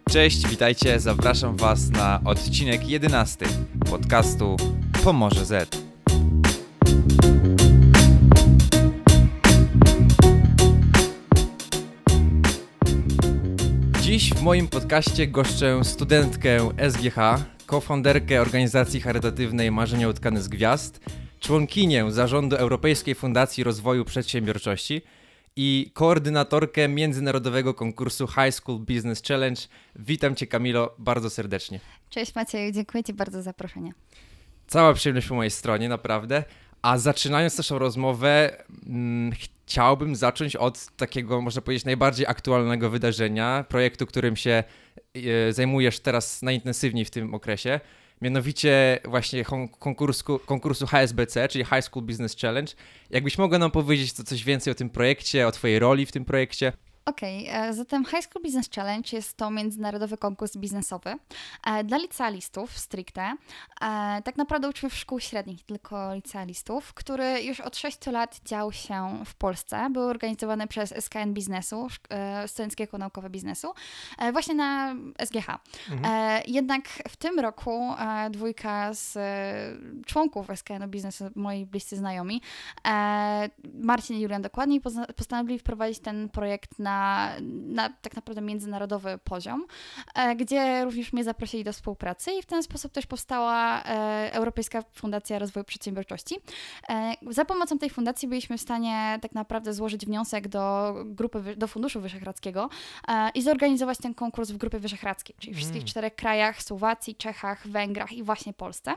Cześć, witajcie, zapraszam Was na odcinek 11 podcastu Pomorze Z. Dziś w moim podcaście goszczę studentkę SGH, cofounderkę organizacji charytatywnej Marzenia Utkane z Gwiazd, członkinię zarządu Europejskiej Fundacji Rozwoju Przedsiębiorczości i koordynatorkę międzynarodowego konkursu High School Business Challenge. Witam Cię, Kamilo, bardzo serdecznie. Cześć Macieju, dziękuję Ci bardzo za zaproszenie. Cała przyjemność po mojej stronie, naprawdę. A zaczynając naszą rozmowę, chciałbym zacząć od takiego, można powiedzieć, najbardziej aktualnego wydarzenia, projektu, którym się zajmujesz teraz najintensywniej w tym okresie. Mianowicie właśnie konkursu HSBC, czyli High School Business Challenge. Jakbyś mogła nam powiedzieć coś więcej o tym projekcie, o Twojej roli w tym projekcie? Okej, zatem High School Business Challenge jest to międzynarodowy konkurs biznesowy dla licealistów stricte. Tak naprawdę uczniów szkół średnich, tylko licealistów, który już od 6 lat dział się w Polsce. Był organizowany przez SKN Biznesu, Studenckie Koło Naukowe Biznesu, właśnie na SGH. Jednak w tym roku dwójka z członków SKN Biznesu, moi bliscy znajomi, Marcin i Julian dokładniej, postanowili wprowadzić ten projekt na tak naprawdę międzynarodowy poziom, gdzie również mnie zaprosili do współpracy i w ten sposób też powstała Europejska Fundacja Rozwoju Przedsiębiorczości. Za pomocą tej fundacji byliśmy w stanie tak naprawdę złożyć wniosek do Funduszu Wyszehradzkiego i zorganizować ten konkurs w Grupie Wyszehradzkiej, czyli w wszystkich 4 krajach, Słowacji, Czechach, Węgrach i właśnie Polsce.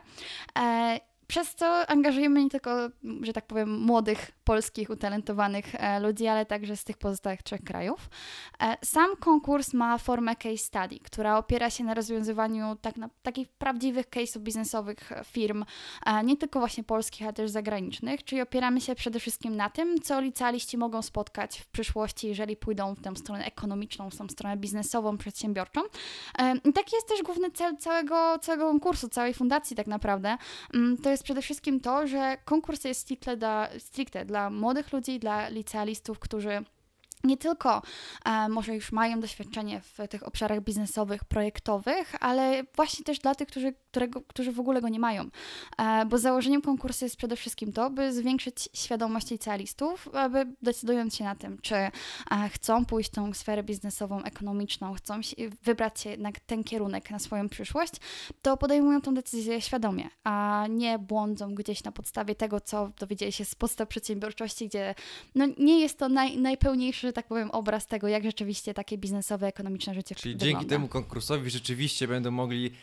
Przez co angażujemy nie tylko, że tak powiem, młodych, polskich, utalentowanych ludzi, ale także z tych pozostałych 3 krajów. Sam konkurs ma formę case study, która opiera się na rozwiązywaniu takich prawdziwych case'ów biznesowych firm, nie tylko właśnie polskich, ale też zagranicznych, czyli opieramy się przede wszystkim na tym, co licealiści mogą spotkać w przyszłości, jeżeli pójdą w tę stronę ekonomiczną, w tę stronę biznesową, przedsiębiorczą. I taki jest też główny cel całego konkursu, całej fundacji tak naprawdę. To jest przede wszystkim to, że konkurs jest stricte dla młodych ludzi, dla licealistów, którzy nie tylko może już mają doświadczenie w tych obszarach biznesowych, projektowych, ale właśnie też dla tych, którzy w ogóle go nie mają. Bo założeniem konkursu jest przede wszystkim to, by zwiększyć świadomość licealistów, aby decydując się na tym, czy chcą pójść w tą sferę biznesową, ekonomiczną, chcą wybrać się jednak ten kierunek na swoją przyszłość, to podejmują tą decyzję świadomie, a nie błądzą gdzieś na podstawie tego, co dowiedzieli się z podstaw przedsiębiorczości, gdzie nie jest to najpełniejszy, że tak powiem, obraz tego, jak rzeczywiście takie biznesowe, ekonomiczne życie wygląda. Dzięki temu konkursowi rzeczywiście będą mogli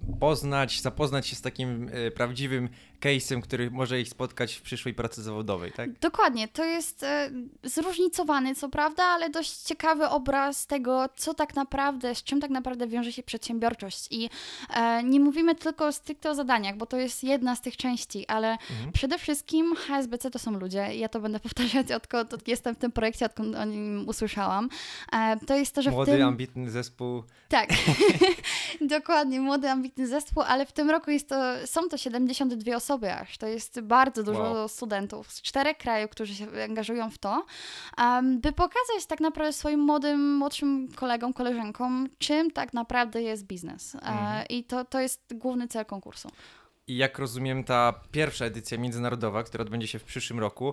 zapoznać się z takim prawdziwym case'em, który może ich spotkać w przyszłej pracy zawodowej, tak? Dokładnie. To jest zróżnicowany, co prawda, ale dość ciekawy obraz tego, z czym tak naprawdę wiąże się przedsiębiorczość. I nie mówimy tylko stricte o zadaniach, bo to jest jedna z tych części, ale przede wszystkim HSBC to są ludzie. Ja to będę powtarzać, odkąd jestem w tym projekcie, odkąd o nim usłyszałam. To jest to, że młody, ambitny zespół. Tak, dokładnie, młody, ambitny zespół, ale w tym roku są to 72 osoby aż. To jest bardzo dużo studentów z 4 krajów, którzy się angażują w to, by pokazać tak naprawdę swoim młodszym kolegom, koleżankom, czym tak naprawdę jest biznes. I to jest główny cel konkursu. I jak rozumiem, ta pierwsza edycja międzynarodowa, która odbędzie się w przyszłym roku,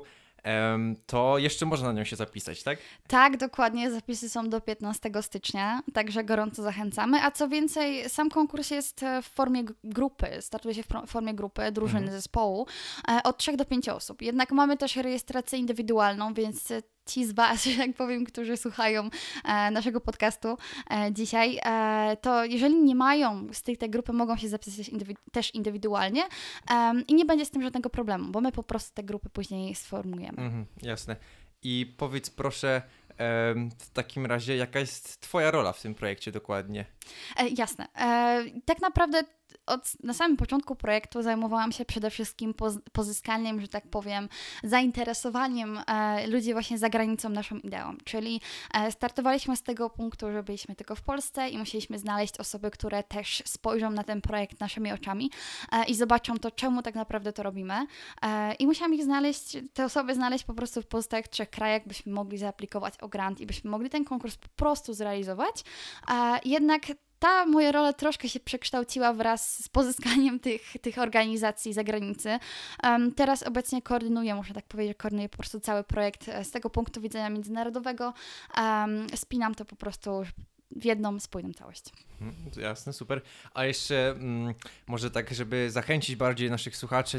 to jeszcze można na nią się zapisać, tak? Tak, dokładnie. Zapisy są do 15 stycznia, także gorąco zachęcamy. A co więcej, sam konkurs jest w formie grupy, startuje się w formie grupy, drużyny, zespołu od 3 do 5 osób. Jednak mamy też rejestrację indywidualną, więc ci z Was, że tak powiem, którzy słuchają naszego podcastu dzisiaj, to jeżeli nie mają z tej grupy, mogą się zapisać też indywidualnie i nie będzie z tym żadnego problemu, bo my po prostu te grupy później sformujemy. Jasne. I powiedz proszę w takim razie, jaka jest Twoja rola w tym projekcie dokładnie? Jasne. Tak naprawdę na samym początku projektu zajmowałam się przede wszystkim pozyskaniem, że tak powiem, zainteresowaniem ludzi właśnie za granicą naszą ideą. Czyli startowaliśmy z tego punktu, że byliśmy tylko w Polsce i musieliśmy znaleźć osoby, które też spojrzą na ten projekt naszymi oczami i zobaczą to, czemu tak naprawdę to robimy. I musiałam te osoby znaleźć po prostu w pozostałych 3 krajach, byśmy mogli zaaplikować o grant i byśmy mogli ten konkurs po prostu zrealizować. Jednak ta moja rola troszkę się przekształciła wraz z pozyskaniem tych organizacji z zagranicy. Teraz obecnie koordynuję, można tak powiedzieć, koordynuję po prostu cały projekt z tego punktu widzenia międzynarodowego. Spinam to po prostu w jedną spójną całość. Jasne, super. A jeszcze może tak, żeby zachęcić bardziej naszych słuchaczy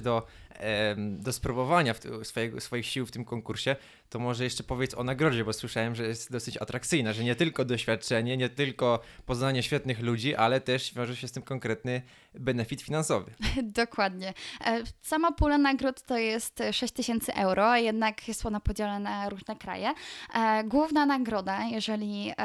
do spróbowania swoich sił w tym konkursie, to może jeszcze powiedz o nagrodzie, bo słyszałem, że jest dosyć atrakcyjna, że nie tylko doświadczenie, nie tylko poznanie świetnych ludzi, ale też wiąże się z tym konkretny benefit finansowy. Dokładnie. Sama pula nagród to jest 6000 euro, a jednak jest ona podzielona na różne kraje. Główna nagroda, jeżeli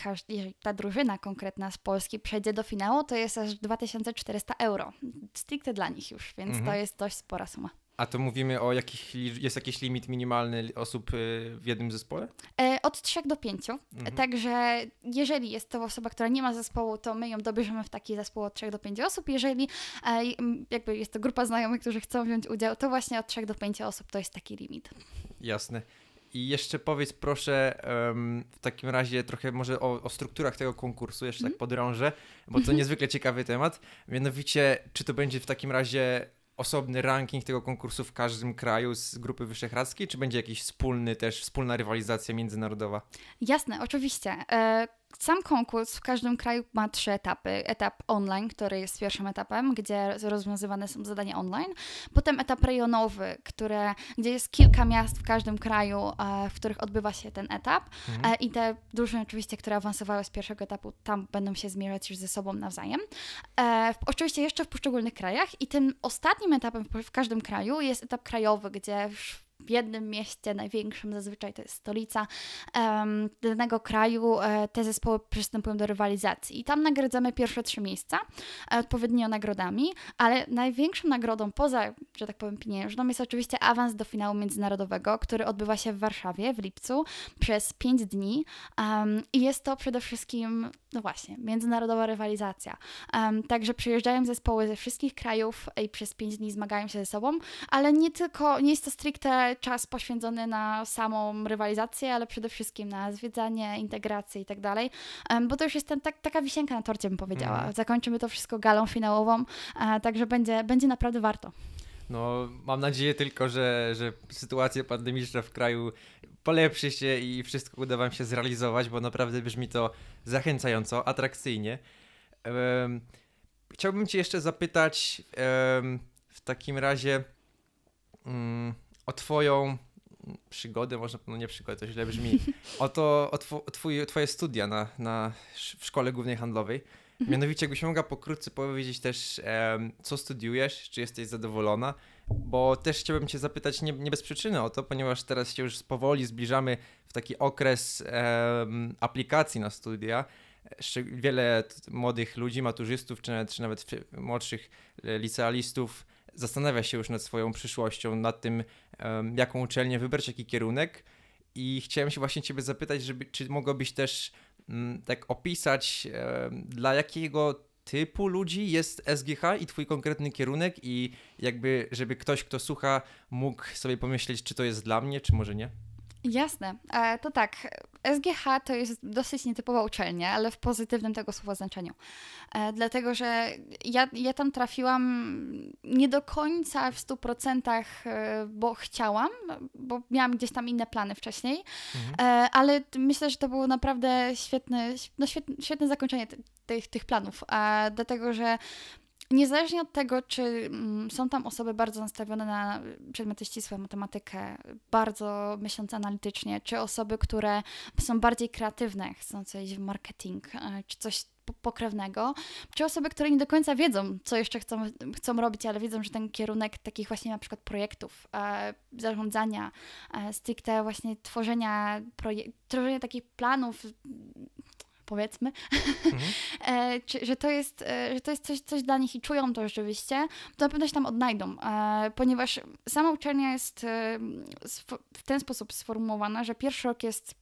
ta drużyna konkretna z Polski przejdzie do finału, to jest aż 2400 euro. Stricte dla nich już, więc to jest dość spora suma. A to mówimy o jest jakiś limit minimalny osób w jednym zespole? Od 3 do 5. Także jeżeli jest to osoba, która nie ma zespołu, to my ją dobierzemy w taki zespół od 3 do 5 osób. Jeżeli jakby jest to grupa znajomych, którzy chcą wziąć udział, to właśnie od 3 do 5 osób to jest taki limit. Jasne. I jeszcze powiedz proszę w takim razie trochę może o strukturach tego konkursu, jeszcze tak podrążę, bo to niezwykle ciekawy temat. Mianowicie, czy to będzie w takim razie osobny ranking tego konkursu w każdym kraju z Grupy Wyszehradzkiej, czy będzie jakiś wspólna rywalizacja międzynarodowa? Jasne, oczywiście. Sam konkurs w każdym kraju ma 3 etapy. Etap online, który jest pierwszym etapem, gdzie rozwiązywane są zadania online. Potem etap rejonowy, gdzie jest kilka miast w każdym kraju, w których odbywa się ten etap. I te drużyny oczywiście, które awansowały z pierwszego etapu, tam będą się zmierzać już ze sobą nawzajem. Oczywiście jeszcze w poszczególnych krajach. I tym ostatnim etapem w każdym kraju jest etap krajowy, gdzie w jednym mieście, największym zazwyczaj to jest stolica danego kraju, te zespoły przystępują do rywalizacji. I tam nagradzamy pierwsze 3 miejsca odpowiednio nagrodami, ale największą nagrodą poza, że tak powiem, pieniężną jest oczywiście awans do finału międzynarodowego, który odbywa się w Warszawie w lipcu przez 5 dni i jest to przede wszystkim, no właśnie, międzynarodowa rywalizacja. Także przyjeżdżają zespoły ze wszystkich krajów i przez 5 dni zmagają się ze sobą, ale nie jest to stricte czas poświęcony na samą rywalizację, ale przede wszystkim na zwiedzanie, integrację i tak dalej, bo to już jest taka wisienka na torcie, bym powiedziała. Zakończymy to wszystko galą finałową, także będzie naprawdę warto. No, mam nadzieję tylko, że sytuacja pandemiczna w kraju polepszy się i wszystko uda wam się zrealizować, bo naprawdę brzmi to zachęcająco, atrakcyjnie. Chciałbym cię jeszcze zapytać w takim razie o twoją przygodę, może no nie przygodę, to źle brzmi, twoje studia w Szkole Głównej Handlowej. Mianowicie, jakbyś mogła pokrótce powiedzieć też, co studiujesz, czy jesteś zadowolona, bo też chciałbym cię zapytać nie bez przyczyny o to, ponieważ teraz się już powoli zbliżamy w taki okres aplikacji na studia. Wiele młodych ludzi, maturzystów, czy nawet młodszych licealistów zastanawia się już nad swoją przyszłością, nad tym, jaką uczelnię wybrać, jaki kierunek. I chciałem się właśnie ciebie zapytać, czy mogłabyś też tak opisać, dla jakiego typu ludzi jest SGH i twój konkretny kierunek i jakby, żeby ktoś, kto słucha, mógł sobie pomyśleć, czy to jest dla mnie, czy może nie? Jasne. To tak, SGH to jest dosyć nietypowa uczelnia, ale w pozytywnym tego słowa znaczeniu. Dlatego, że ja tam trafiłam nie do końca w 100%, bo chciałam, bo miałam gdzieś tam inne plany wcześniej, ale myślę, że to było naprawdę świetne zakończenie tych planów, dlatego, że niezależnie od tego, czy są tam osoby bardzo nastawione na przedmioty ścisłe, matematykę, bardzo myślące analitycznie, czy osoby, które są bardziej kreatywne, chcące iść w marketing, czy coś pokrewnego, czy osoby, które nie do końca wiedzą, co jeszcze chcą robić, ale wiedzą, że ten kierunek takich właśnie na przykład projektów, zarządzania, stricte właśnie tworzenia takich planów, powiedzmy, że to jest coś dla nich i czują to rzeczywiście, to na pewno się tam odnajdą, ponieważ sama uczelnia jest w ten sposób sformułowana, że pierwszy rok jest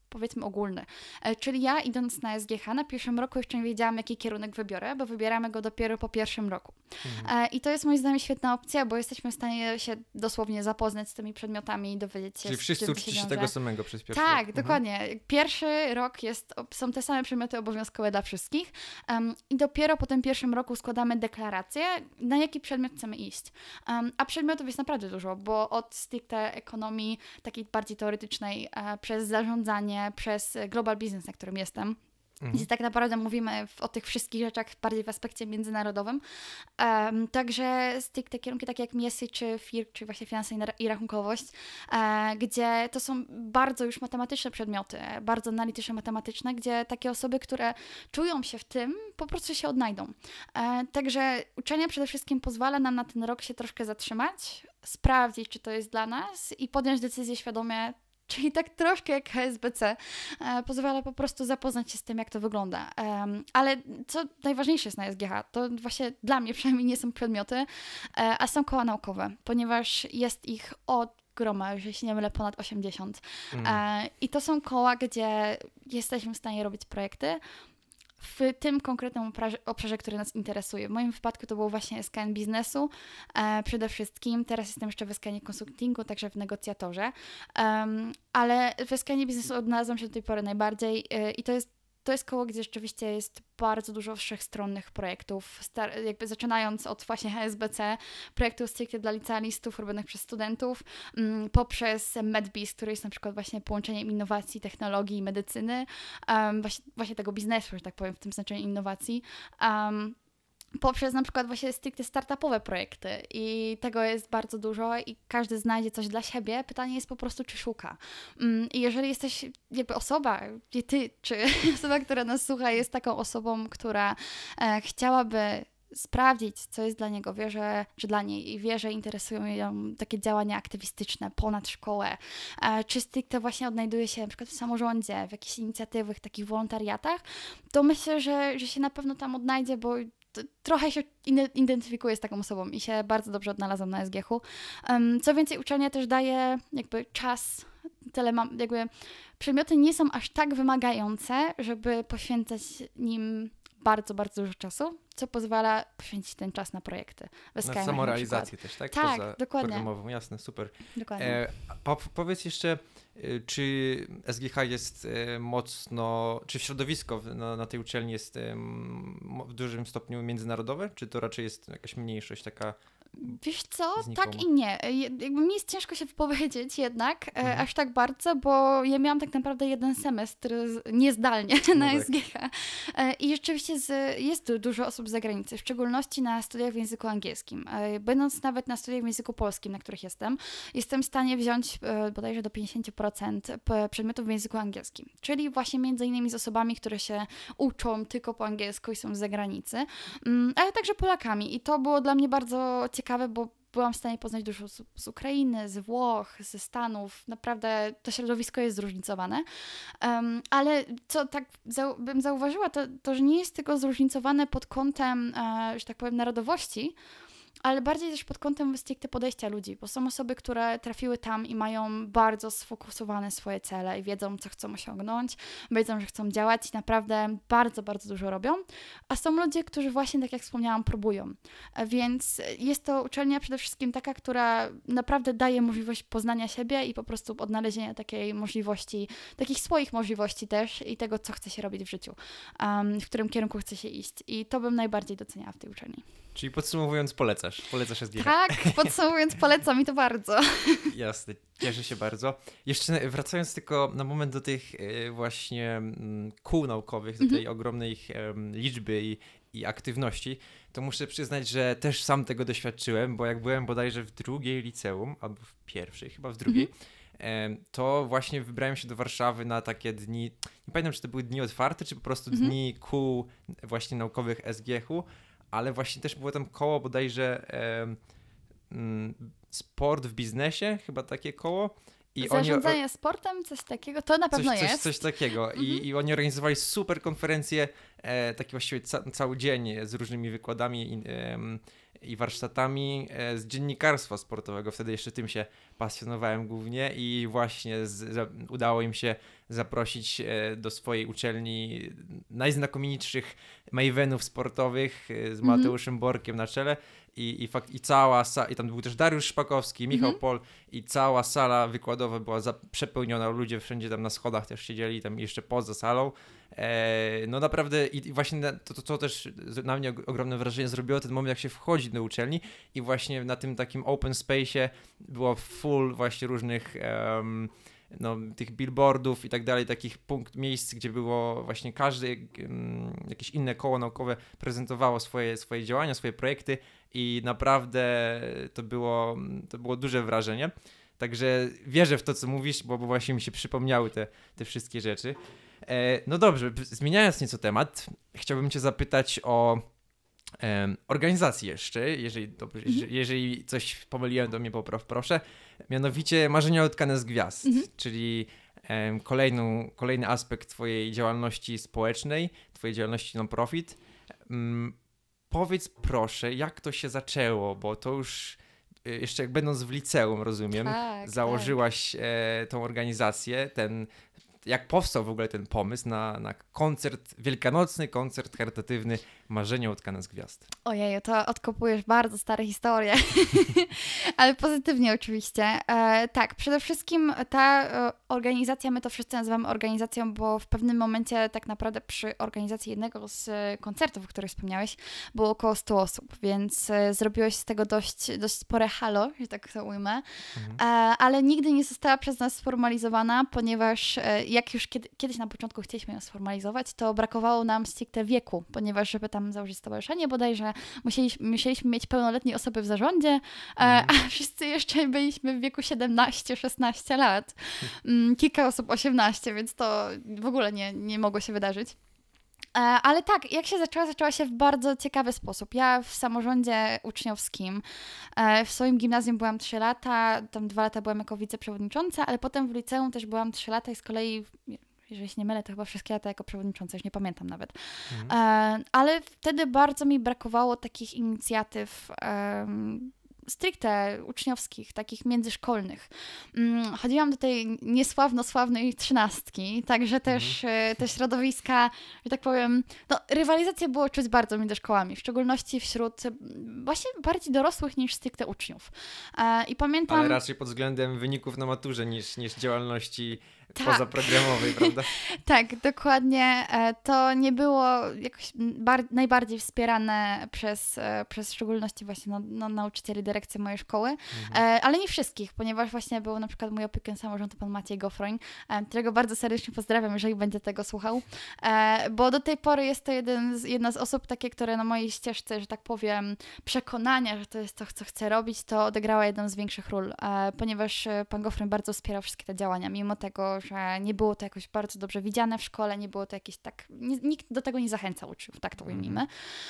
powiedzmy ogólny. Czyli ja idąc na SGH na pierwszym roku jeszcze nie wiedziałam, jaki kierunek wybiorę, bo wybieramy go dopiero po pierwszym roku. I to jest moim zdaniem świetna opcja, bo jesteśmy w stanie się dosłownie zapoznać z tymi przedmiotami i dowiedzieć się, Czyli z wszyscy czym uczycie się się wiąże. tego samego przez pierwszy Tak, rok. dokładnie. Pierwszy rok są te same przedmioty obowiązkowe dla wszystkich i dopiero po tym pierwszym roku składamy deklarację, na jaki przedmiot chcemy iść. A przedmiotów jest naprawdę dużo, bo od stricte ekonomii, takiej bardziej teoretycznej, przez zarządzanie, przez global business, na którym jestem, gdzie tak naprawdę mówimy o tych wszystkich rzeczach bardziej w aspekcie międzynarodowym. Także stricte kierunki takie jak MIESY czy FIR, czy właśnie finanse i rachunkowość, gdzie to są bardzo już matematyczne przedmioty, bardzo analityczne matematyczne, gdzie takie osoby, które czują się w tym, po prostu się odnajdą. Także uczenie przede wszystkim pozwala nam na ten rok się troszkę zatrzymać, sprawdzić, czy to jest dla nas i podjąć decyzję świadomie, czyli tak troszkę jak HSBC, pozwala po prostu zapoznać się z tym, jak to wygląda. Ale co najważniejsze jest na SGH, to właśnie dla mnie przynajmniej nie są przedmioty, a są koła naukowe, ponieważ jest ich od groma, jeżeli się nie mylę, ponad 80. I to są koła, gdzie jesteśmy w stanie robić projekty w tym konkretnym obszarze, który nas interesuje. W moim wypadku to był właśnie SKN biznesu przede wszystkim. Teraz jestem jeszcze w SKN konsultingu, także w negocjatorze. Ale w SKN biznesu odnalazłam się do tej pory najbardziej i to jest koło, gdzie rzeczywiście jest bardzo dużo wszechstronnych projektów, jakby zaczynając od właśnie HSBC, projektów stricte dla licealistów robionych przez studentów, poprzez MedBiz, który jest na przykład właśnie połączeniem innowacji, technologii i medycyny, właśnie tego biznesu, że tak powiem, w tym znaczeniu innowacji, poprzez na przykład właśnie stricte startupowe projekty i tego jest bardzo dużo i każdy znajdzie coś dla siebie. Pytanie jest po prostu, czy szuka. I jeżeli jesteś jakby osoba, nie ty, czy osoba, która nas słucha, jest taką osobą, która chciałaby sprawdzić, co jest dla niego, czy dla niej i wie, że interesują ją takie działania aktywistyczne ponad szkołę, czy stricte właśnie odnajduje się na przykład w samorządzie, w jakichś inicjatywach, takich wolontariatach, to myślę, że się na pewno tam odnajdzie, bo trochę się identyfikuję z taką osobą i się bardzo dobrze odnalazłam na SGH-u. Co więcej, uczelnia też daje jakby czas, jakby przedmioty nie są aż tak wymagające, żeby poświęcać nim bardzo, bardzo dużo czasu, co pozwala poświęcić ten czas na projekty. Na samorealizację też, tak? Tak, poza dokładnie. programową, jasne, super. Dokładnie. Powiedz jeszcze, czy SGH jest mocno, czy środowisko na tej uczelni jest w dużym stopniu międzynarodowe, czy to raczej jest jakaś mniejszość taka? Wiesz co, znikoma. tak i nie. Jakby mi jest ciężko się wypowiedzieć jednak, aż tak bardzo, bo ja miałam tak naprawdę jeden semestr niezdalnie na tak. SGH. I rzeczywiście jest dużo osób z zagranicy, w szczególności na studiach w języku angielskim. Będąc nawet na studiach w języku polskim, na których jestem w stanie wziąć bodajże do 50% przedmiotów w języku angielskim. Czyli właśnie między innymi z osobami, które się uczą tylko po angielsku i są z zagranicy, ale także Polakami. I to było dla mnie bardzo ciekawe, bo byłam w stanie poznać dużo osób z Ukrainy, z Włoch, ze Stanów. Naprawdę to środowisko jest zróżnicowane. Ale co tak bym zauważyła, to, że nie jest tylko zróżnicowane pod kątem, że tak powiem, narodowości, ale bardziej też pod kątem stricte podejścia ludzi, bo są osoby, które trafiły tam i mają bardzo sfokusowane swoje cele i wiedzą, co chcą osiągnąć, wiedzą, że chcą działać i naprawdę bardzo, bardzo dużo robią, a są ludzie, którzy właśnie, tak jak wspomniałam, próbują. Więc jest to uczelnia przede wszystkim taka, która naprawdę daje możliwość poznania siebie i po prostu odnalezienia takiej możliwości, takich swoich możliwości też i tego, co chce się robić w życiu, w którym kierunku chce się iść. I to bym najbardziej doceniała w tej uczelni. Czyli podsumowując, polecasz SGH. Tak, podsumowując, polecam i to bardzo. Jasne, cieszę się bardzo. Jeszcze wracając tylko na moment do tych właśnie kół naukowych, do tej ogromnej ich liczby i aktywności, to muszę przyznać, że też sam tego doświadczyłem, bo jak byłem bodajże w drugiej liceum, albo w pierwszej, chyba w drugiej, to właśnie wybrałem się do Warszawy na takie dni, nie pamiętam, czy to były dni otwarte, czy po prostu dni kół właśnie naukowych SGH-u, ale właśnie też było tam koło bodajże sport w biznesie, chyba takie koło. I zarządzanie sportem, coś takiego, to na pewno jest. Coś takiego. I oni organizowali super konferencje, takie właściwie cały dzień z różnymi wykładami i warsztatami z dziennikarstwa sportowego. Wtedy jeszcze tym się pasjonowałem głównie i właśnie udało im się zaprosić do swojej uczelni najznakomitszych mavenów sportowych z Mateuszem Borkiem na czele i cała sala, i tam był też Dariusz Szpakowski, Michał Pol i cała sala wykładowa była przepełniona, ludzie wszędzie tam na schodach też siedzieli, tam jeszcze poza salą. No naprawdę i właśnie to też na mnie ogromne wrażenie zrobiło ten moment, jak się wchodzi do uczelni i właśnie na tym takim open space'ie było full właśnie różnych tych billboardów i tak dalej, takich miejsc, gdzie było właśnie każde jakieś inne koło naukowe prezentowało swoje działania, swoje projekty i naprawdę to było duże wrażenie. Także wierzę w to, co mówisz, bo właśnie mi się przypomniały te wszystkie rzeczy. No dobrze, zmieniając nieco temat, chciałbym cię zapytać o organizację jeszcze, jeżeli coś pomyliłem, to mnie popraw, proszę. Mianowicie Marzenia utkane z gwiazd, czyli kolejny aspekt twojej działalności społecznej, twojej działalności non-profit. Powiedz proszę, jak to się zaczęło, bo to już jeszcze jak będąc w liceum, rozumiem, założyłaś tą organizację, jak powstał w ogóle ten pomysł na wielkanocny koncert charytatywny Marzenia utkane z gwiazd? Ojej, to odkopujesz bardzo stare historie, ale pozytywnie oczywiście. Tak, przede wszystkim ta organizacja, my to wszyscy nazywamy organizacją, bo w pewnym momencie tak naprawdę przy organizacji jednego z koncertów, o których wspomniałeś, było około 100 osób, więc zrobiłeś z tego dość spore halo, że tak to ujmę, ale nigdy nie została przez nas sformalizowana, ponieważ jak już kiedyś na początku chcieliśmy ją sformalizować, to brakowało nam stricte wieku, ponieważ żeby tam założyć stowarzyszenie, bodajże musieliśmy mieć pełnoletnie osoby w zarządzie, a wszyscy jeszcze byliśmy w wieku 17-16 lat. Kilka osób 18, więc to w ogóle nie mogło się wydarzyć. Ale tak, jak się zaczęła się w bardzo ciekawy sposób. Ja w samorządzie uczniowskim w swoim gimnazjum byłam 3 lata, tam 2 lata byłam jako wiceprzewodnicząca, ale potem w liceum też byłam 3 lata i z kolei, jeżeli się nie mylę, to chyba wszystkie lata jako przewodnicząca, już nie pamiętam nawet. Ale wtedy bardzo mi brakowało takich inicjatyw stricte uczniowskich, takich międzyszkolnych. Chodziłam do tej sławnej 13, także też te środowiska, że tak powiem, rywalizację było czuć bardzo między szkołami, w szczególności wśród właśnie bardziej dorosłych niż stricte uczniów. I pamiętam... Ale raczej pod względem wyników na maturze niż działalności pozaprogramowej, prawda? Tak, dokładnie. To nie było jakoś najbardziej wspierane przez w szczególności właśnie nauczycieli, dyrekcję mojej szkoły, ale nie wszystkich, ponieważ właśnie był na przykład mój opiekun samorządu, pan Maciej Gofroń, którego bardzo serdecznie pozdrawiam, jeżeli będzie tego słuchał, bo do tej pory jest to jedna z osób takie, które na mojej ścieżce, że tak powiem, przekonania, że to jest to, co chcę robić, to odegrała jedną z większych ról, ponieważ pan Gofroń bardzo wspierał wszystkie te działania, mimo tego, że nie było to jakoś bardzo dobrze widziane w szkole, nie było to jakieś nikt do tego nie zachęcał uczniów, tak to ujmijmy.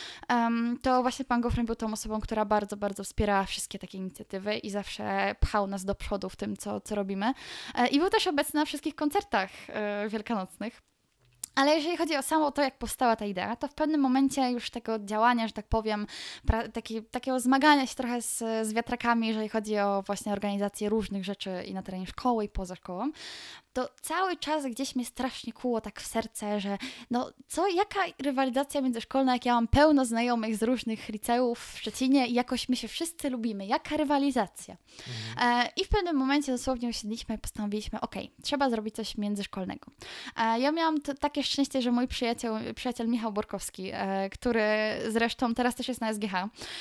To właśnie pan Gofroń był tą osobą, która bardzo, bardzo wspierała wszystkie takie inicjatywy i zawsze pchał nas do przodu w tym, co robimy. I był też obecny na wszystkich koncertach wielkanocnych. Ale jeżeli chodzi o samo to, jak powstała ta idea, to w pewnym momencie już tego działania, że tak powiem, takiego zmagania się trochę z wiatrakami, jeżeli chodzi o właśnie organizację różnych rzeczy i na terenie szkoły i poza szkołą, to cały czas gdzieś mnie strasznie kuło tak w serce, że jaka rywalizacja międzyszkolna, jak ja mam pełno znajomych z różnych liceów w Szczecinie i jakoś my się wszyscy lubimy, jaka rywalizacja. I w pewnym momencie dosłownie usiedliśmy i postanowiliśmy, trzeba zrobić coś międzyszkolnego. Ja miałam takie szczęście, że mój przyjaciel Michał Borkowski, który zresztą teraz też jest na SGH,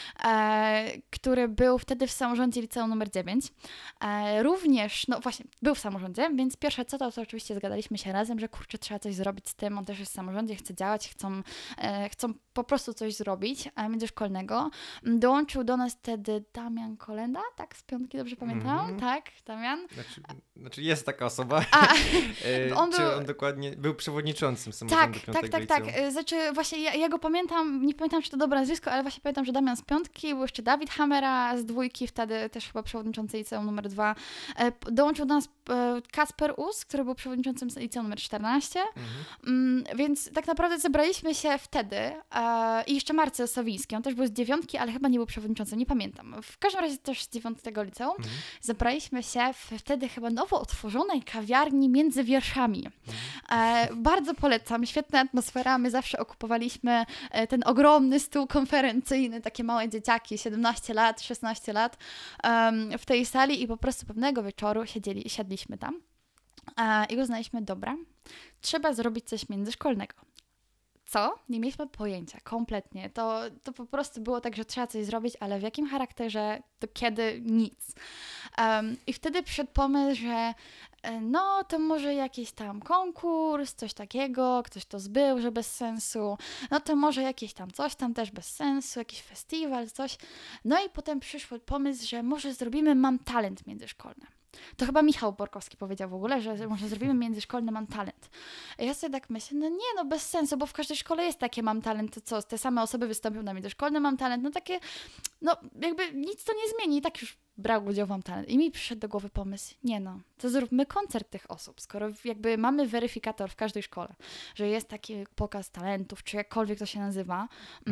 który był wtedy w samorządzie liceum numer 9, również, właśnie, był w samorządzie, więc pierwsze co to oczywiście zgadaliśmy się razem, że trzeba coś zrobić z tym, on też jest w samorządzie, chce działać, chcą po prostu coś zrobić międzyszkolnego. Dołączył do nas wtedy Damian Kolenda, tak? Z piątki, dobrze pamiętam? Tak, Damian. Znaczy jest taka osoba. Czy on dokładnie był przewodniczącym zarządzającym samorządu Tak. Piątego Liceum. Znaczy właśnie ja go pamiętam, nie pamiętam czy to dobre nazwisko, ale właśnie pamiętam, że Damian z piątki, był jeszcze Dawid Hamera z dwójki, wtedy też chyba przewodniczący liceum numer 2. Dołączył do nas Kacper Us, który był przewodniczącym liceum numer 14. Więc tak naprawdę zebraliśmy się wtedy i jeszcze Marcel Sowiński, on też był z 9, ale chyba nie był przewodniczącym, nie pamiętam. W każdym razie też z 9 liceum. Zebraliśmy się wtedy chyba nowo otworzonej kawiarni między wierszami. Bardzo polecam, świetna atmosfera, my zawsze okupowaliśmy ten ogromny stół konferencyjny, takie małe dzieciaki, 17 lat, 16 lat w tej sali i po prostu pewnego wieczoru siedliśmy tam i uznaliśmy, dobra, trzeba zrobić coś międzyszkolnego. Co? Nie mieliśmy pojęcia, kompletnie. To po prostu było tak, że trzeba coś zrobić, ale w jakim charakterze, to kiedy? Nic. I wtedy przyszedł pomysł, że no to może jakiś tam konkurs, coś takiego, ktoś to zbył, że bez sensu, no to może jakieś tam coś tam też bez sensu, jakiś festiwal, coś. No i potem przyszł pomysł, że może zrobimy Mam Talent międzyszkolny. To chyba Michał Borkowski powiedział w ogóle, że może zrobimy międzyszkolny Mam Talent. A ja sobie tak myślę, no nie, no bez sensu, bo w każdej szkole jest takie Mam Talent, to co, te same osoby wystąpią na międzyszkolny Mam Talent, no takie, no jakby nic to nie zmieni, i tak już brał udział w Mam Talent. I mi przyszedł do głowy pomysł, nie no, to zróbmy koncert tych osób, skoro jakby mamy weryfikator w każdej szkole, że jest taki pokaz talentów, czy jakkolwiek to się nazywa,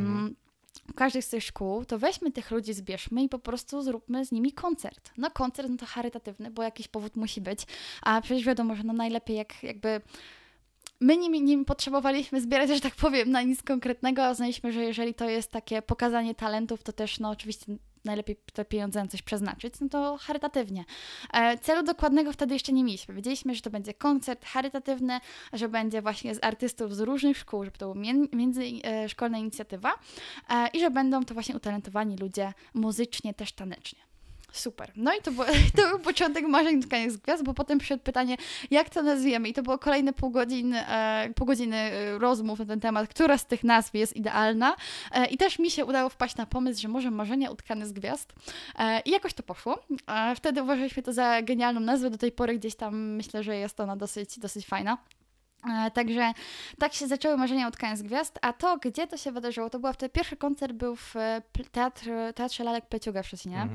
w każdej z tych szkół, to weźmy tych ludzi, zbierzmy i po prostu zróbmy z nimi koncert. No koncert, no to charytatywny, bo jakiś powód musi być, a przecież wiadomo, że no najlepiej jakby my nie potrzebowaliśmy zbierać, że tak powiem, na nic konkretnego, a uznaliśmy, że jeżeli to jest takie pokazanie talentów, to też no oczywiście najlepiej te pieniądze na coś przeznaczyć, no to charytatywnie. Celu dokładnego wtedy jeszcze nie mieliśmy. Wiedzieliśmy, że to będzie koncert charytatywny, że będzie właśnie z artystów z różnych szkół, żeby to była międzyszkolna inicjatywa i że będą to właśnie utalentowani ludzie muzycznie, też tanecznie. Super. No i to był początek marzeń Utkania z Gwiazd, bo potem przyszedł pytanie, jak to nazwiemy? I to było kolejne pół godziny rozmów na ten temat, która z tych nazw jest idealna. I też mi się udało wpaść na pomysł, że może Marzenia Utkane z Gwiazd. I jakoś to poszło. Wtedy uważaliśmy to za genialną nazwę. Do tej pory gdzieś tam myślę, że jest ona dosyć fajna. Także tak się zaczęły Marzenia Utkane z Gwiazd, a to, gdzie to się wydarzyło, to wtedy pierwszy koncert był w Teatrze Lalek Pleciuga w Szczecinie.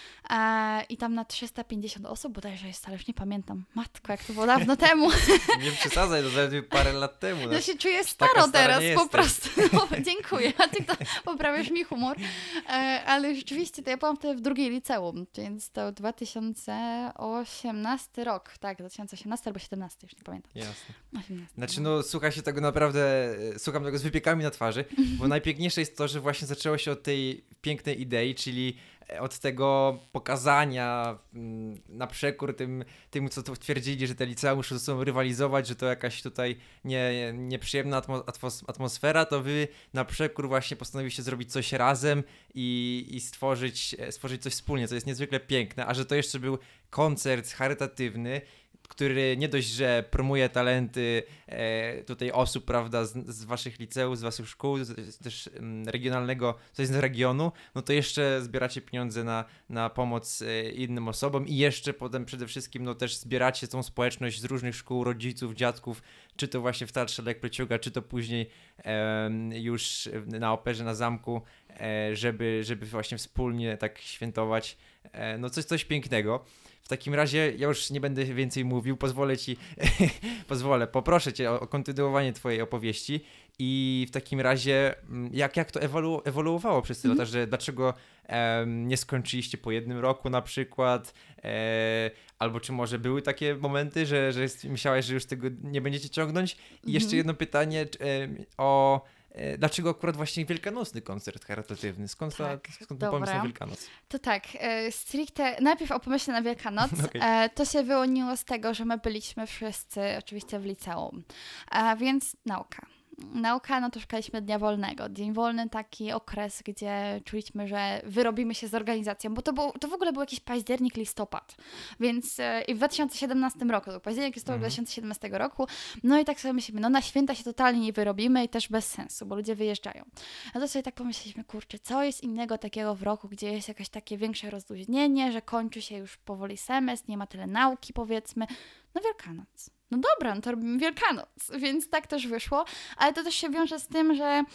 I tam na 350 osób, bodajże jest, ale już nie pamiętam. Matko, jak to było dawno temu. Nie przesadzaj, to zaledwie parę lat temu. Ja się czuję staro teraz po prostu. No, dziękuję, a ty to poprawiasz mi humor. Ale rzeczywiście to ja byłam wtedy w drugiej liceum, więc to 2018 rok, tak, 2018 albo 2017, już nie pamiętam. Jasne. 18, Znaczy no słucha się tego naprawdę, słucham tego z wypiekami na twarzy, bo najpiękniejsze jest to, że właśnie zaczęło się od tej pięknej idei, czyli od tego pokazania na przekór tym, co tu twierdzili, że te licea muszą ze sobą rywalizować, że to jakaś tutaj nieprzyjemna atmosfera, to wy na przekór właśnie postanowiliście zrobić coś razem i stworzyć coś wspólnie, co jest niezwykle piękne, a że to jeszcze był koncert charytatywny, który nie dość, że promuje talenty tutaj osób, prawda, z waszych liceów, z waszych szkół, też regionalnego, coś z regionu, no to jeszcze zbieracie pieniądze na pomoc innym osobom i jeszcze potem przede wszystkim no też zbieracie tą społeczność z różnych szkół, rodziców, dziadków, czy to właśnie w Teatrze Lalek Pleciuga, czy to później już na Operze na Zamku, żeby właśnie wspólnie tak świętować, no coś pięknego. W takim razie ja już nie będę więcej mówił, poproszę cię o kontynuowanie twojej opowieści i w takim razie jak to ewoluowało przez te lata, że dlaczego nie skończyliście po jednym roku na przykład, albo czy może były takie momenty, że myślałaś, że już tego nie będziecie ciągnąć? I jeszcze jedno pytanie dlaczego akurat właśnie wielkanocny koncert charytatywny? Skąd ten pomysł na Wielkanoc? To tak, stricte, najpierw o pomyśle na Wielkanoc, okay. To się wyłoniło z tego, że my byliśmy wszyscy oczywiście w liceum, więc nauka, no to szukaliśmy dnia wolnego. Dzień wolny, taki okres, gdzie czuliśmy, że wyrobimy się z organizacją, bo to w ogóle był jakiś październik, listopad, więc i w 2017 roku, to był październik, listopad 2017 roku, no i tak sobie myślimy, no na święta się totalnie nie wyrobimy i też bez sensu, bo ludzie wyjeżdżają. No to sobie tak pomyśleliśmy, kurczę, co jest innego takiego w roku, gdzie jest jakieś takie większe rozluźnienie, że kończy się już powoli semestr, nie ma tyle nauki, powiedzmy, no Wielkanoc. no dobra, no to robimy Wielkanoc, więc tak też wyszło, ale to też się wiąże z tym, że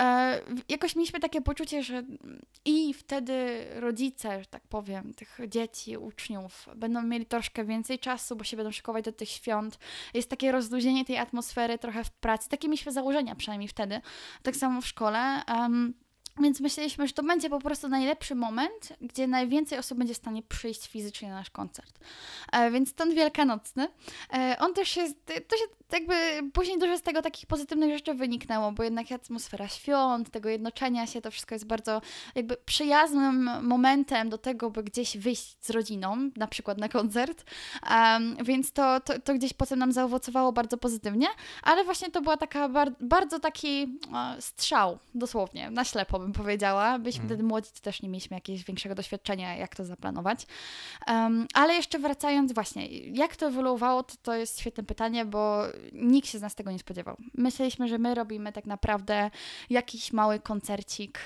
jakoś mieliśmy takie poczucie, że i wtedy rodzice, że tak powiem, tych dzieci, uczniów będą mieli troszkę więcej czasu, bo się będą szykować do tych świąt. Jest takie rozluźnienie tej atmosfery trochę w pracy, takie mieliśmy założenia przynajmniej wtedy, tak samo w szkole. Więc myśleliśmy, że to będzie po prostu najlepszy moment, gdzie najwięcej osób będzie w stanie przyjść fizycznie na nasz koncert. Więc ten wielkanocny, on też jest, to się jakby później dużo z tego takich pozytywnych rzeczy wyniknęło, bo jednak atmosfera świąt, tego jednoczenia się, to wszystko jest bardzo jakby przyjaznym momentem do tego, by gdzieś wyjść z rodziną, na przykład na koncert, więc to gdzieś potem nam zaowocowało bardzo pozytywnie, ale właśnie to była taka bardzo taki strzał, dosłownie, na ślepo bym powiedziała. Byliśmy wtedy młodzi, też nie mieliśmy jakiegoś większego doświadczenia, jak to zaplanować. Ale jeszcze wracając właśnie, jak to ewoluowało, to jest świetne pytanie, bo nikt się z nas tego nie spodziewał. Myśleliśmy, że my robimy tak naprawdę jakiś mały koncercik,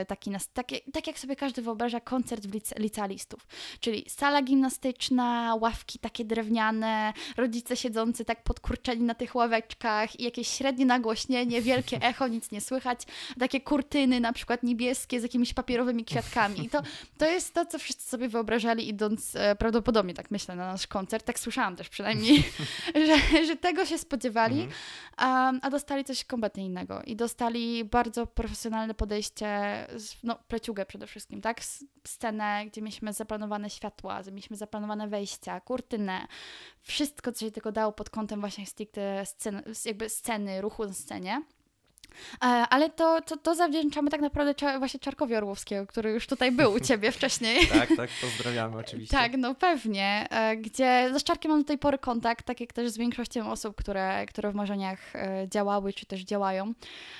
tak jak sobie każdy wyobraża koncert w licealistów. Czyli sala gimnastyczna, ławki takie drewniane, rodzice siedzący tak podkurczeni na tych ławeczkach i jakieś średnie nagłośnienie, wielkie echo, nic nie słychać, takie kurtyny na przykład niebieskie z jakimiś papierowymi kwiatkami. I to jest to, co wszyscy sobie wyobrażali idąc prawdopodobnie, tak myślę, na nasz koncert. Tak słyszałam też przynajmniej, że tego się spodziewali, a dostali coś kompletnie innego. I dostali bardzo profesjonalne podejście, pleciugę przede wszystkim, tak? Scenę, gdzie mieliśmy zaplanowane światła, gdzie mieliśmy zaplanowane wejścia, kurtynę, wszystko, co się tylko dało pod kątem właśnie stricte sceny, ruchu na scenie. Ale to zawdzięczamy tak naprawdę właśnie Czarkowi Orłowskiego, który już tutaj był u Ciebie wcześniej. Tak, pozdrawiamy oczywiście. Tak, no pewnie, gdzie z Czarkiem mam do tej pory kontakt, tak jak też z większością osób, które w Marzeniach działały, czy też działają.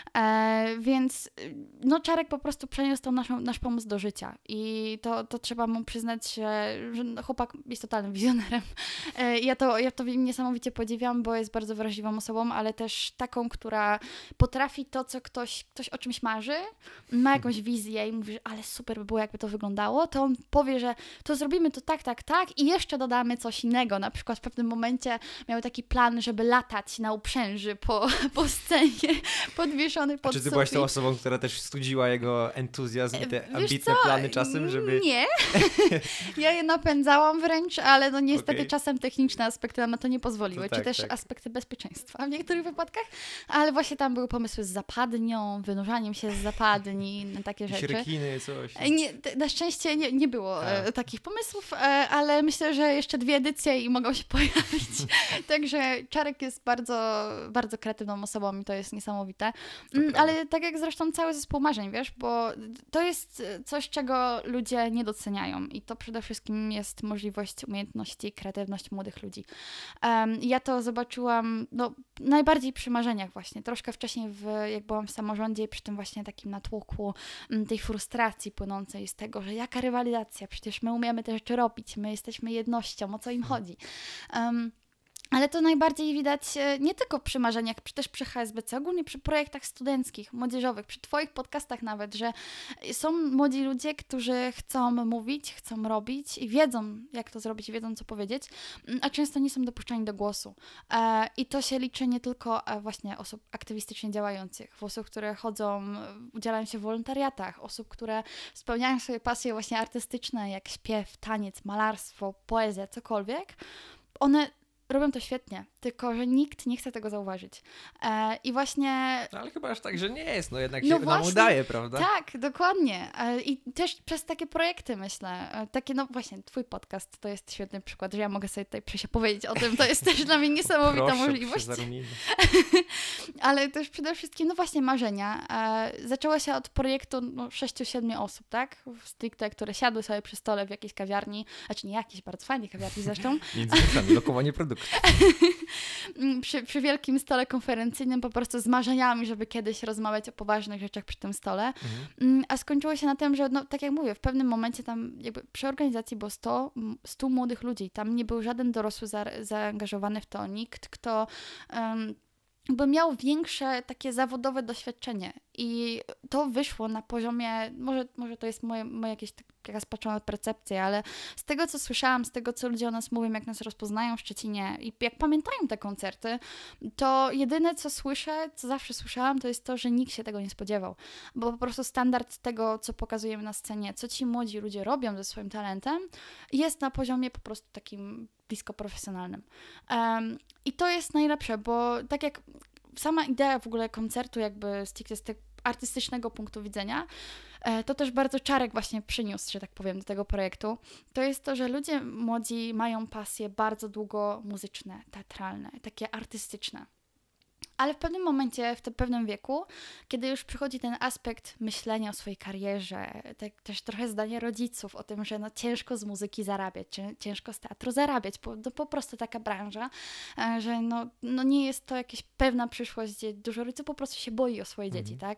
Więc Czarek po prostu przeniósł tą nasz pomysł do życia i to trzeba mu przyznać, że chłopak jest totalnym wizjonerem. Ja to niesamowicie podziwiam, bo jest bardzo wrażliwą osobą, ale też taką, która potrafi to, co ktoś o czymś marzy, ma jakąś wizję i mówi, że ale super by było, jakby to wyglądało, to on powie, że to zrobimy to tak i jeszcze dodamy coś innego. Na przykład w pewnym momencie miał taki plan, żeby latać na uprzęży po scenie, podwieszony pod Czy ty byłaś tą osobą, która też studziła jego entuzjazm i te ambitne plany czasem, żeby... Nie. Ja je napędzałam wręcz, ale niestety czasem techniczne aspekty nam na to nie pozwoliły, czy też aspekty bezpieczeństwa w niektórych wypadkach, ale właśnie tam były pomysły z zapadnią, wynurzaniem się z zapadni, takie rzeczy. Rekiny, coś. Na szczęście nie było takich pomysłów, ale myślę, że jeszcze 2 edycje i mogą się pojawić. Także Czarek jest bardzo, bardzo kreatywną osobą i to jest niesamowite. Ale tak jak zresztą cały zespół Marzeń, wiesz, bo to jest coś, czego ludzie nie doceniają i to przede wszystkim jest możliwość, umiejętności, kreatywność młodych ludzi. Ja to zobaczyłam najbardziej przy Marzeniach właśnie, troszkę wcześniej jak byłam w samorządzie, przy tym właśnie takim natłoku tej frustracji płynącej z tego, że jaka rywalizacja, przecież my umiemy te rzeczy robić, my jesteśmy jednością, o co im chodzi. Ale to najbardziej widać nie tylko przy Marzeniach, też przy HSBC, ogólnie przy projektach studenckich, młodzieżowych, przy Twoich podcastach nawet, że są młodzi ludzie, którzy chcą mówić, chcą robić i wiedzą, jak to zrobić, wiedzą, co powiedzieć, a często nie są dopuszczani do głosu. I to się liczy nie tylko właśnie osób aktywistycznie działających, osób, które udzielają się w wolontariatach, osób, które spełniają swoje pasje właśnie artystyczne, jak śpiew, taniec, malarstwo, poezja, cokolwiek. One robią to świetnie, tylko że nikt nie chce tego zauważyć. I właśnie... Ale chyba aż tak, że nie jest, jednak się nam udaje, prawda? Tak, dokładnie. I też przez takie projekty, myślę. Takie, właśnie, Twój podcast to jest świetny przykład, że ja mogę sobie tutaj powiedzieć o tym. To jest też dla mnie niesamowita możliwość. Ale też przede wszystkim, właśnie Marzenia. Zaczęło się od projektu 6-7 osób, tak? Stricte, które siadły sobie przy stole w jakiejś kawiarni, znaczy nie jakiejś, bardzo fajnej kawiarni zresztą. Między innymi lokowanie produktu. Przy wielkim stole konferencyjnym po prostu z marzeniami, żeby kiedyś rozmawiać o poważnych rzeczach przy tym stole. A skończyło się na tym, że tak jak mówię, w pewnym momencie tam jakby przy organizacji było 100 młodych ludzi. Tam nie był żaden dorosły zaangażowany w to. Nikt, kto by miał większe takie zawodowe doświadczenie. I to wyszło na poziomie, może to jest moje jakieś jaka jest percepcja, ale z tego, co słyszałam, z tego, co ludzie o nas mówią, jak nas rozpoznają w Szczecinie i jak pamiętają te koncerty, to jedyne, co słyszę, co zawsze słyszałam, to jest to, że nikt się tego nie spodziewał, bo po prostu standard tego, co pokazujemy na scenie, co ci młodzi ludzie robią ze swoim talentem, jest na poziomie po prostu takim blisko profesjonalnym. I to jest najlepsze, bo tak jak sama idea w ogóle koncertu jakby z tego artystycznego punktu widzenia, to też bardzo Czarek właśnie przyniósł, że tak powiem, do tego projektu. To jest to, że ludzie młodzi mają pasje bardzo długo muzyczne, teatralne, takie artystyczne. Ale w pewnym momencie, w tym pewnym wieku, kiedy już przychodzi ten aspekt myślenia o swojej karierze, tak też trochę zdanie rodziców o tym, że no ciężko z muzyki zarabiać, czy ciężko z teatru zarabiać, bo to po prostu taka branża, że no nie jest to jakaś pewna przyszłość, gdzie dużo rodziców po prostu się boi o swoje dzieci, tak?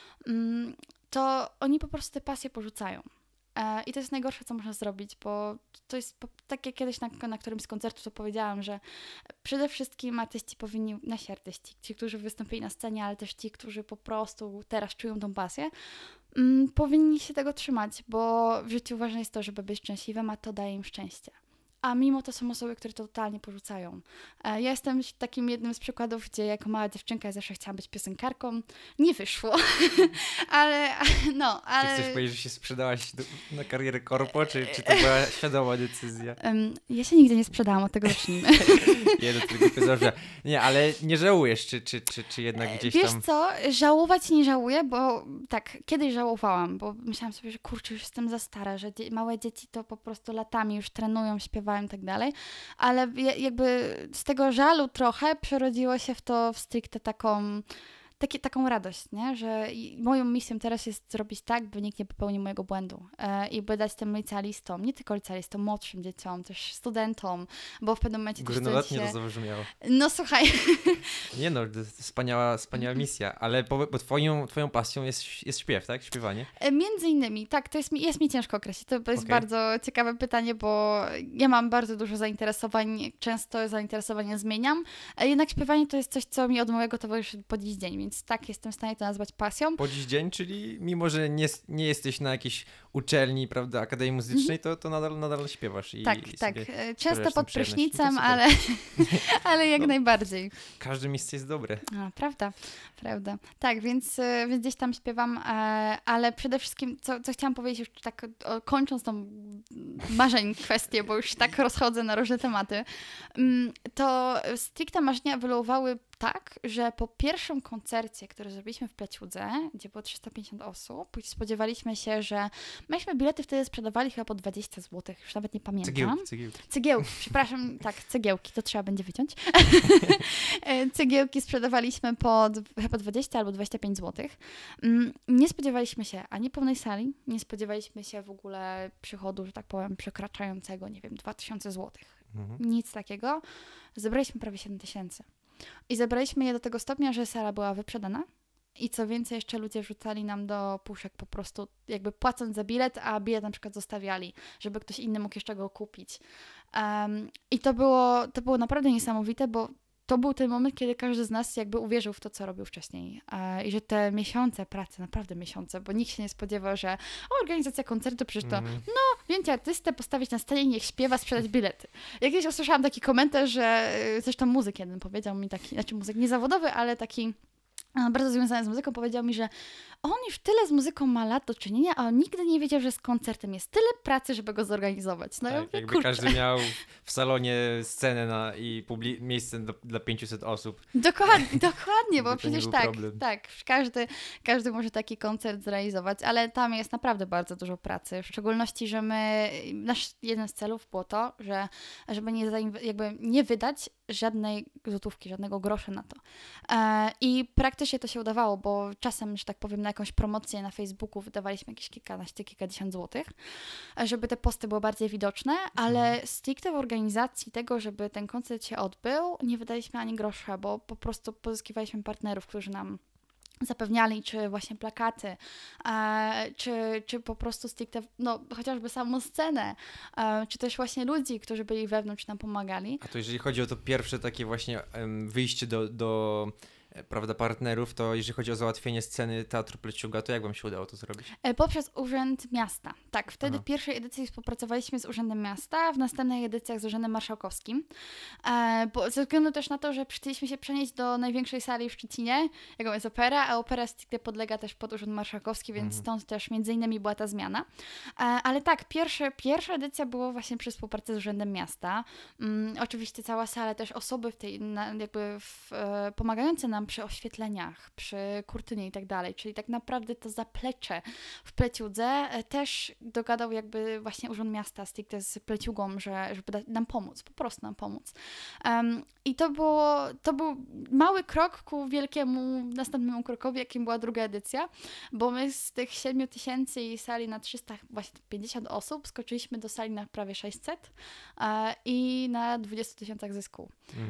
To oni po prostu te pasje porzucają. I to jest najgorsze, co można zrobić, bo to jest tak jak kiedyś na którymś z koncertów to powiedziałam, że przede wszystkim artyści powinni, nasi artyści, ci, którzy wystąpili na scenie, ale też ci, którzy po prostu teraz czują tą pasję, powinni się tego trzymać, bo w życiu ważne jest to, żeby być szczęśliwym, a to daje im szczęście. A mimo to są osoby, które to totalnie porzucają. Ja jestem takim jednym z przykładów, gdzie jako mała dziewczynka ja zawsze chciałam być piosenkarką. Nie wyszło, ale. Czy chcesz powiedzieć, że się sprzedałaś na karierę korpo, czy to była świadoma decyzja? Ja się nigdy nie sprzedałam, od tego zacznijmy. Nie, ale nie żałujesz, czy jednak gdzieś tam... Wiesz co, żałować nie żałuję, bo tak, kiedyś żałowałam, bo myślałam sobie, że kurczę, już jestem za stara, że małe dzieci to po prostu latami już trenują, śpiewają i tak dalej, ale jakby z tego żalu trochę przerodziło się w to stricte taką radość, nie? Że moją misją teraz jest zrobić tak, by nikt nie popełnił mojego błędu i by dać tym licealistom, nie tylko licealistom, młodszym dzieciom, też studentom, bo w pewnym momencie... Górnolotnie to zabrzmiało. No słuchaj. Nie no, wspaniała misja, ale bo twoją pasją jest śpiew, tak? Śpiewanie? Między innymi, tak, jest mi ciężko określić. To jest bardzo ciekawe pytanie, bo ja mam bardzo dużo zainteresowań, często zainteresowania zmieniam, jednak śpiewanie to jest coś, co mi od małego towarzyszy po dziś dzień, więc tak, jestem w stanie to nazwać pasją. Po dziś dzień, czyli mimo, że nie jesteś na jakiejś uczelni, prawda, akademii muzycznej, to nadal śpiewasz. Tak. Często pod prysznicem, ale jak najbardziej. Każde miejsce jest dobre. Prawda. Tak, więc gdzieś tam śpiewam, ale przede wszystkim, co chciałam powiedzieć już tak kończąc tą marzeń kwestię, bo już tak rozchodzę na różne tematy, to stricte marzenia ewoluowały tak, że po pierwszym koncercie, który zrobiliśmy w Pleciudze, gdzie było 350 osób, spodziewaliśmy się, że myśmy bilety wtedy sprzedawali chyba po 20 zł, już nawet nie pamiętam. Cegiełki, przepraszam, tak, cegiełki, to trzeba będzie wyciąć. Cegiełki sprzedawaliśmy po chyba 20 albo 25 zł. Nie spodziewaliśmy się ani pełnej sali, nie spodziewaliśmy się w ogóle przychodu, że tak powiem, przekraczającego, nie wiem, 2000 zł. Nic takiego. Zebraliśmy prawie 7000. I zebraliśmy je do tego stopnia, że sala była wyprzedana i co więcej jeszcze ludzie wrzucali nam do puszek po prostu jakby płacąc za bilet, a bilet na przykład zostawiali, żeby ktoś inny mógł jeszcze go kupić. I to było naprawdę niesamowite, bo to był ten moment, kiedy każdy z nas jakby uwierzył w to, co robił wcześniej. I że te miesiące pracy, naprawdę miesiące, bo nikt się nie spodziewał, że organizacja koncertu, przecież to, wziąć artystę, postawić na scenie, niech śpiewa, sprzedać bilety. Jak kiedyś usłyszałam taki komentarz, że zresztą muzyk jeden powiedział mi taki, znaczy muzyk niezawodowy, ale taki bardzo związany z muzyką, powiedział mi, że on już tyle z muzyką ma lat do czynienia, a on nigdy nie wiedział, że z koncertem jest tyle pracy, żeby go zorganizować. No tak, ja mówię, jakby każdy miał w salonie scenę i miejsce dla 500 osób. Dokładnie, bo przecież tak, każdy może taki koncert zrealizować, ale tam jest naprawdę bardzo dużo pracy, w szczególności, że nasz jeden z celów było to, żeby nie wydać żadnej złotówki, żadnego grosza na to. I praktycznie to się udawało, bo czasem, że tak powiem, na jakąś promocję na Facebooku wydawaliśmy jakieś kilkadziesiąt złotych, żeby te posty były bardziej widoczne, ale stricte w organizacji tego, żeby ten koncert się odbył, nie wydaliśmy ani grosza, bo po prostu pozyskiwaliśmy partnerów, którzy nam zapewniali, czy właśnie plakaty, czy po prostu stricte, chociażby samą scenę, czy też właśnie ludzi, którzy byli wewnątrz, nam pomagali. A to jeżeli chodzi o to pierwsze takie właśnie wyjście do prawda, partnerów, to jeżeli chodzi o załatwienie sceny Teatru Pleciuga, to jak wam się udało to zrobić? Poprzez Urząd Miasta. Tak, wtedy Aha. w pierwszej edycji współpracowaliśmy z Urzędem Miasta, w następnych edycjach z Urzędem Marszałkowskim. Bo ze względu też na to, że chcieliśmy się przenieść do największej sali w Szczecinie, jaką jest opera, a opera stricte podlega też pod Urząd Marszałkowski, więc stąd też między innymi była ta zmiana. Ale tak, pierwsza edycja była właśnie przy współpracy z Urzędem Miasta. Oczywiście cała sala, też osoby w tej, pomagające nam przy oświetleniach, przy kurtynie i tak dalej, czyli tak naprawdę to zaplecze w Pleciudze też dogadał jakby właśnie Urząd Miasta stricte z Pleciugą, żeby nam pomóc, po prostu nam pomóc. I to był mały krok ku wielkiemu następnemu krokowi, jakim była druga edycja, bo my z tych 7 000 i sali na 350 osób skoczyliśmy do sali na prawie 600 i na 20 000 zysku.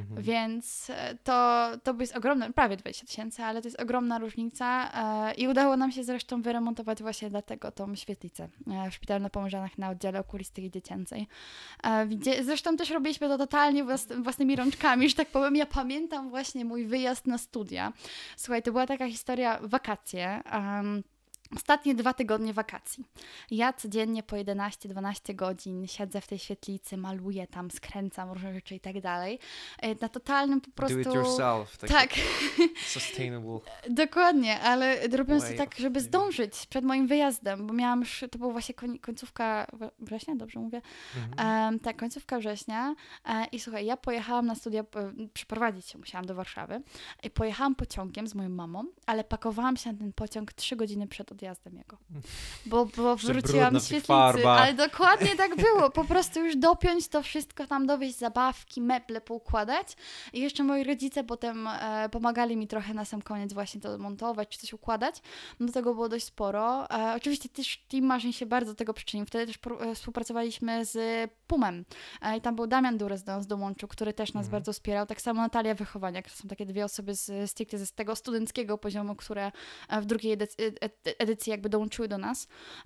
Więc to jest ogromne, prawie 20 000, ale to jest ogromna różnica i udało nam się zresztą wyremontować właśnie dlatego tą świetlicę w Szpitalu na Pomorzanach na oddziale okulistyki dziecięcej. Zresztą też robiliśmy to totalnie własnymi rączkami, że tak powiem. Ja pamiętam właśnie mój wyjazd na studia. Słuchaj, to była taka historia, wakacje. Ostatnie 2 tygodnie wakacji. Ja codziennie po 11-12 godzin siedzę w tej świetlicy, maluję tam, skręcam różne rzeczy i tak dalej. Na totalnym po prostu... Do it yourself. Tak. Sustainable. Dokładnie, ale robiąc to Way tak, of żeby living. zdążyć przed moim wyjazdem, bo miałam już, to była właśnie końcówka września, dobrze mówię? Tak, końcówka września i słuchaj, ja pojechałam na studia, przeprowadzić się musiałam do Warszawy i pojechałam pociągiem z moją mamą, ale pakowałam się na ten pociąg 3 godziny przed odjazdem jego, bo wróciłam brudno z w tych świetlicy, farbach. ale dokładnie tak było, po prostu już dopiąć to wszystko, tam dowieźć zabawki, meble poukładać i jeszcze moi rodzice potem pomagali mi trochę na sam koniec właśnie to montować, czy coś układać, do tego było dość sporo. Oczywiście też Team Marzeń się bardzo do tego przyczynił, wtedy też współpracowaliśmy z Pumem i tam był Damian Durez do nas dołączył, który też nas bardzo wspierał, tak samo Natalia Wychowania, to są takie 2 osoby stricte z tego studenckiego poziomu, które w drugiej edycji jakby dołączyły do nas.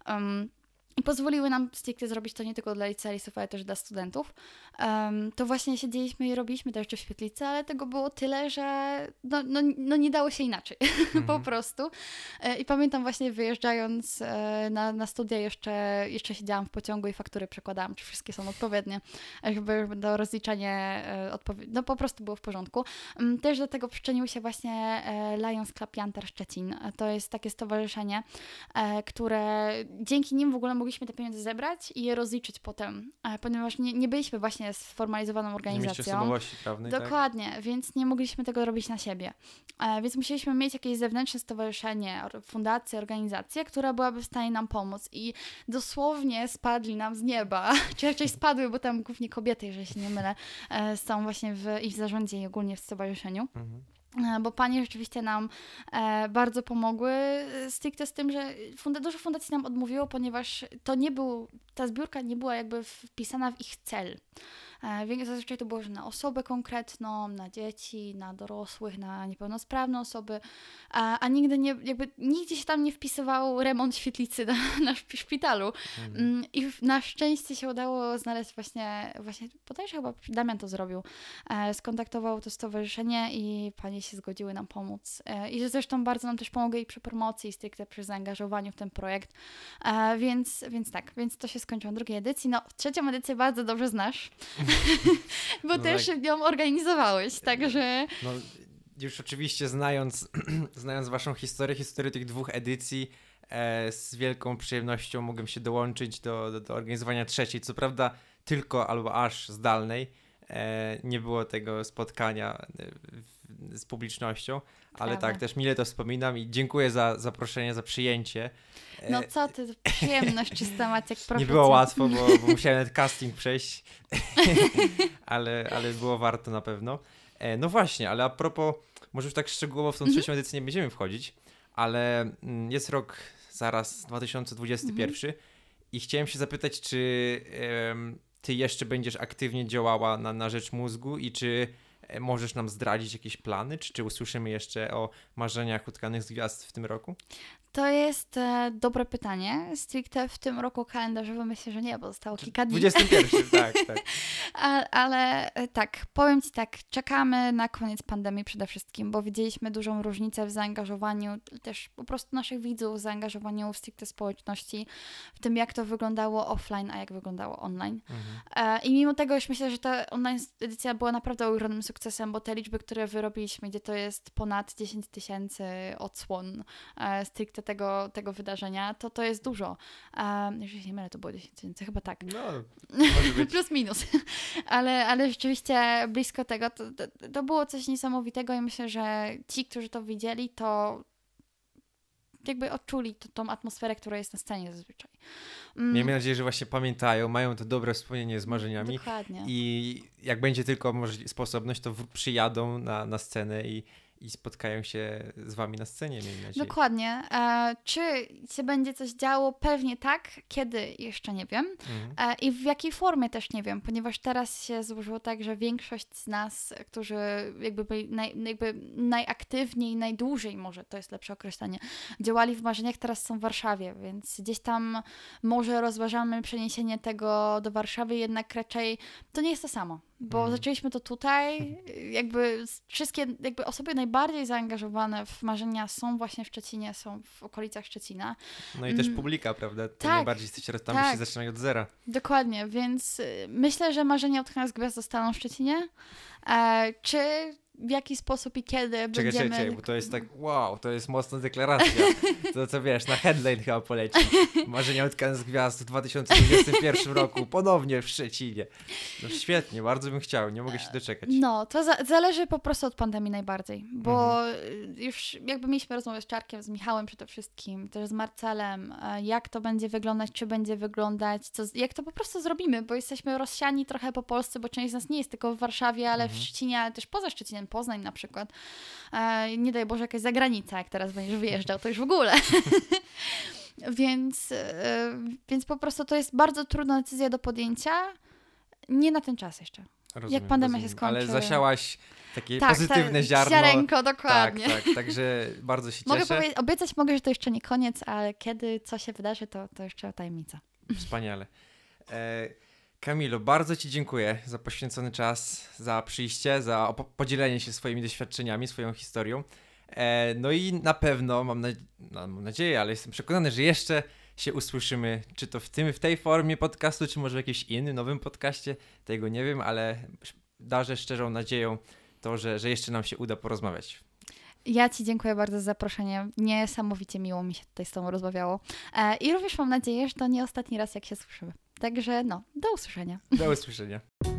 I pozwoliły nam stricte zrobić to nie tylko dla licealistów, ale też dla studentów. To właśnie siedzieliśmy i robiliśmy to jeszcze w świetlicy, ale tego było tyle, że no nie dało się inaczej, po prostu. I pamiętam właśnie wyjeżdżając na studia jeszcze siedziałam w pociągu i faktury przekładałam, czy wszystkie są odpowiednie, żeby to rozliczenie no po prostu było w porządku. Też do tego przyczynił się właśnie Lions Club Jantar Szczecin. To jest takie stowarzyszenie, które dzięki nim w ogóle mogliśmy te pieniądze zebrać i je rozliczyć potem, ponieważ nie byliśmy właśnie sformalizowaną Nie organizacją. mieście osobowości prawnej, Dokładnie, więc nie mogliśmy tego robić na siebie. Więc musieliśmy mieć jakieś zewnętrzne stowarzyszenie, fundację, organizację, która byłaby w stanie nam pomóc i dosłownie spadli nam z nieba, czy raczej spadły, bo tam głównie kobiety, jeżeli się nie mylę, są właśnie i w zarządzie i ogólnie w stowarzyszeniu. Bo panie rzeczywiście nam bardzo pomogły stricte z tym, że dużo fundacji nam odmówiło, ponieważ ta zbiórka nie była jakby wpisana w ich cel. Więc zazwyczaj to było, że na osobę konkretną, na dzieci, na dorosłych, na niepełnosprawne osoby, a nigdzie się tam nie wpisywał remont świetlicy na szpitalu. I na szczęście się udało znaleźć właśnie bodajże chyba Damian to zrobił. Skontaktował to stowarzyszenie i panie się zgodziły nam pomóc. I że zresztą bardzo nam też pomogły i przy promocji, stricte przy zaangażowaniu w ten projekt. Więc to się skończyło w drugiej edycji. No, trzecią edycję bardzo dobrze znasz. Bo też ją organizowałeś, także... No, już oczywiście znając waszą historię tych 2 edycji, z wielką przyjemnością mogłem się dołączyć do organizowania trzeciej. Co prawda tylko albo aż zdalnej. Nie było tego spotkania z publicznością, ale tak, też mile to wspominam i dziękuję za zaproszenie, za przyjęcie. No co ty, przyjemność czysta, Maciek, proszę. Nie było łatwo, bo musiałem nawet casting przejść, ale było warto na pewno. No właśnie, ale a propos, może już tak szczegółowo w tą trzecią edycję nie będziemy wchodzić, ale jest rok zaraz 2021 i chciałem się zapytać, czy ty jeszcze będziesz aktywnie działała na rzecz mózgu i czy Możesz nam zdradzić jakieś plany? Czy usłyszymy jeszcze o marzeniach utkanych z gwiazd w tym roku? To jest dobre pytanie. Stricte w tym roku kalendarzowym myślę, że nie, bo zostało kilka dni. 21, tak. Ale tak, powiem Ci tak, czekamy na koniec pandemii przede wszystkim, bo widzieliśmy dużą różnicę w zaangażowaniu też po prostu naszych widzów, w zaangażowaniu w stricte społeczności, w tym jak to wyglądało offline, a jak wyglądało online. I mimo tego już myślę, że ta online edycja była naprawdę ogromnym sukcesem, bo te liczby, które wyrobiliśmy, gdzie to jest ponad 10 000 odsłon stricte tego wydarzenia, to jest dużo. Jeżeli się nie mylę, to było 10 000, chyba tak. No, może być. Plus minus. ale rzeczywiście blisko tego, to było coś niesamowitego i myślę, że ci, którzy to widzieli, to jakby odczuli tą atmosferę, która jest na scenie zazwyczaj. Miejmy nadzieję, że właśnie pamiętają, mają to dobre wspomnienie z marzeniami. Dokładnie. I jak będzie tylko sposobność, to przyjadą na scenę i spotkają się z wami na scenie, miejmy nadzieję. Dokładnie. Czy się będzie coś działo? Pewnie tak. Kiedy? Jeszcze nie wiem. I w jakiej formie też nie wiem, ponieważ teraz się złożyło tak, że większość z nas, którzy jakby byli najaktywniej, najdłużej, może to jest lepsze określenie, działali w marzeniach, teraz są w Warszawie, więc gdzieś tam może rozważamy przeniesienie tego do Warszawy, jednak raczej to nie jest to samo. Bo zaczęliśmy to tutaj, jakby wszystkie osoby najbardziej zaangażowane w marzenia są właśnie w Szczecinie, są w okolicach Szczecina. No i też publika, prawda? To tak, najbardziej jesteście, tam się zaczynają od zera. Dokładnie, więc myślę, że marzenia utkane z gwiazd zostaną w Szczecinie. Czy w jaki sposób i kiedy będziemy... Czekaj, bo to jest tak, wow, to jest mocna deklaracja. To co wiesz, na headline chyba poleci. Marzenia utkane z gwiazd w 2021 roku, ponownie w Szczecinie. No świetnie, bardzo bym chciał, nie mogę się doczekać. No, to zależy po prostu od pandemii najbardziej, bo już jakby mieliśmy rozmowę z Czarkiem, z Michałem przede wszystkim, też z Marcelem, jak to będzie wyglądać, czy będzie wyglądać, jak to po prostu zrobimy, bo jesteśmy rozsiani trochę po Polsce, bo część z nas nie jest tylko w Warszawie, ale w Szczecinie, ale też poza Szczecinem, Poznań na przykład. Nie daj Boże jakaś zagranica, jak teraz będziesz wyjeżdżał, to już w ogóle. Więc po prostu to jest bardzo trudna decyzja do podjęcia. Nie na ten czas jeszcze. Rozumiem, jak pandemia się skończy. Ale zasiałaś takie pozytywne ziarno. Ziarenko, dokładnie. Tak, także bardzo się cieszę. Obiecać mogę, że to jeszcze nie koniec, ale kiedy, co się wydarzy, to jeszcze tajemnica. Wspaniale. Kamilo, bardzo Ci dziękuję za poświęcony czas, za przyjście, za podzielenie się swoimi doświadczeniami, swoją historią. No i na pewno, mam nadzieję, ale jestem przekonany, że jeszcze się usłyszymy, czy to w tej formie podcastu, czy może w jakimś innym, nowym podcaście, tego nie wiem, ale darzę szczerą nadzieją to, że jeszcze nam się uda porozmawiać. Ja Ci dziękuję bardzo za zaproszenie. Niesamowicie miło mi się tutaj z Tobą rozmawiało. I również mam nadzieję, że to nie ostatni raz, jak się słyszymy. Także do usłyszenia. Do usłyszenia.